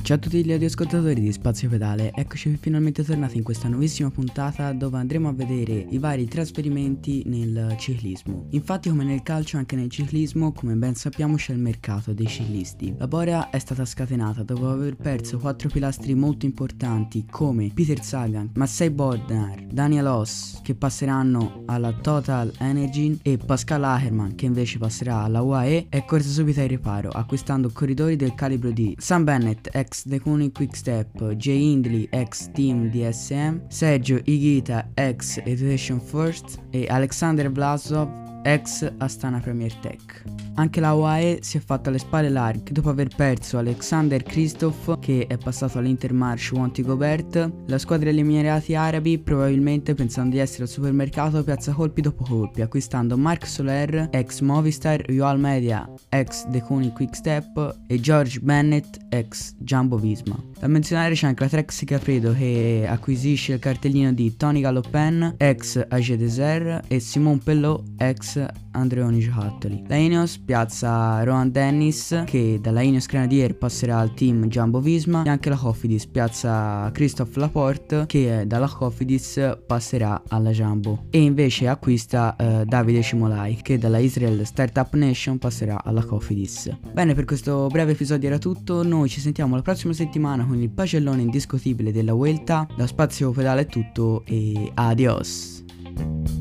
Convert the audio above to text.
Ciao a tutti gli radioascoltatori di Spazio Pedale, eccoci finalmente tornati in questa nuovissima puntata dove andremo a vedere i vari trasferimenti nel ciclismo. Infatti, come nel calcio, anche nel ciclismo, come ben sappiamo, c'è il mercato dei ciclisti. La boria è stata scatenata dopo aver perso 4 pilastri molto importanti come Peter Sagan, Massey Bodnar, Daniel Oss, che passeranno alla Total Energy, e Pascal Ackermann, che invece passerà alla UAE. È corsa subito ai riparo, acquistando corridori del calibro di Sam Bennett, ex The Koenig Quickstep, Jay Hindley, ex Team DSM, Sergio Higuita, ex Education First, e Alexander Vlasov, ex Astana Premier Tech. Anche la UAE si è fatta alle spalle larghe dopo aver perso Alexander Kristoff, che è passato all'Intermarché Wanty Gobert. La squadra degli Emirati Arabi, probabilmente pensando di essere al supermercato, piazza colpi dopo colpi, acquistando Marc Soler, ex Movistar, Yuval Media, ex The Koenig Quickstep, e George Bennett, ex Jumbo Visma. Da menzionare c'è anche la Trek Segafredo, che acquisisce il cartellino di Tony Galopin, ex AG Desert, e Simon Pellot, ex Andreoni Giocattoli. La Ineos piazza Rohan Dennis, che dalla Ineos Grenadier passerà al team Jumbo Visma, e anche la Cofidis piazza Christophe Laporte, che dalla Cofidis passerà alla Jumbo, e invece acquista Davide Cimolai, che dalla Israel Startup Nation passerà alla Cofidis. Bene, per questo breve episodio era tutto, noi ci sentiamo la prossima settimana con il pagellone indiscutibile della Vuelta. Da Spazio Pedale è tutto e adios.